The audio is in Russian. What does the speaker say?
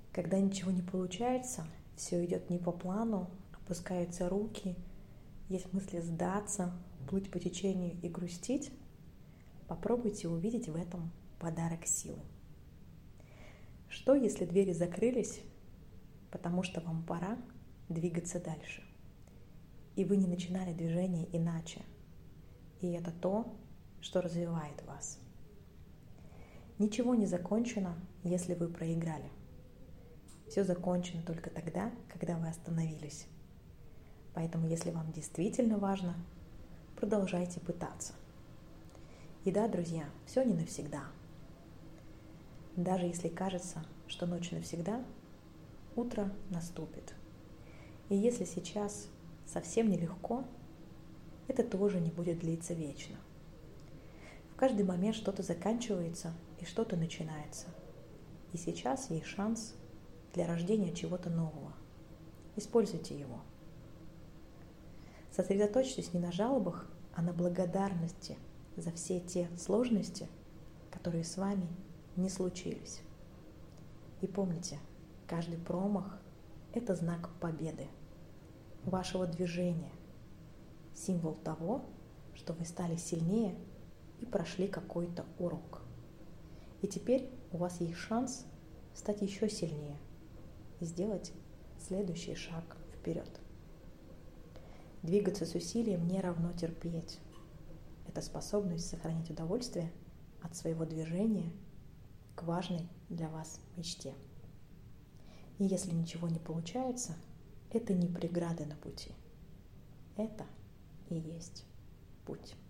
Когда ничего не получается, все идет не по плану, опускаются руки, есть мысли сдаться, плыть по течению и грустить, попробуйте увидеть в этом подарок силы. Что, если двери закрылись, потому что вам пора двигаться дальше, и вы не начинали движение иначе, и это то, что развивает вас. Ничего не закончено, если вы проиграли. Все закончено только тогда, когда вы остановились. Поэтому, если вам действительно важно, продолжайте пытаться. И да, друзья, все не навсегда. Даже если кажется, что ночь навсегда, утро наступит. И если сейчас совсем нелегко, это тоже не будет длиться вечно. В каждый момент что-то заканчивается и что-то начинается. И сейчас есть шанс для рождения чего-то нового. Используйте его. Сосредоточьтесь не на жалобах, а на благодарности за все те сложности, которые с вами не случились. И помните, каждый промах – это знак победы, вашего движения, символ того, что вы стали сильнее и прошли какой-то урок. И теперь у вас есть шанс стать еще сильнее и сделать следующий шаг вперед. Двигаться с усилием не равно терпеть. Это способность сохранять удовольствие от своего движения к важной для вас мечте. И если ничего не получается, это не преграды на пути. Это и есть путь.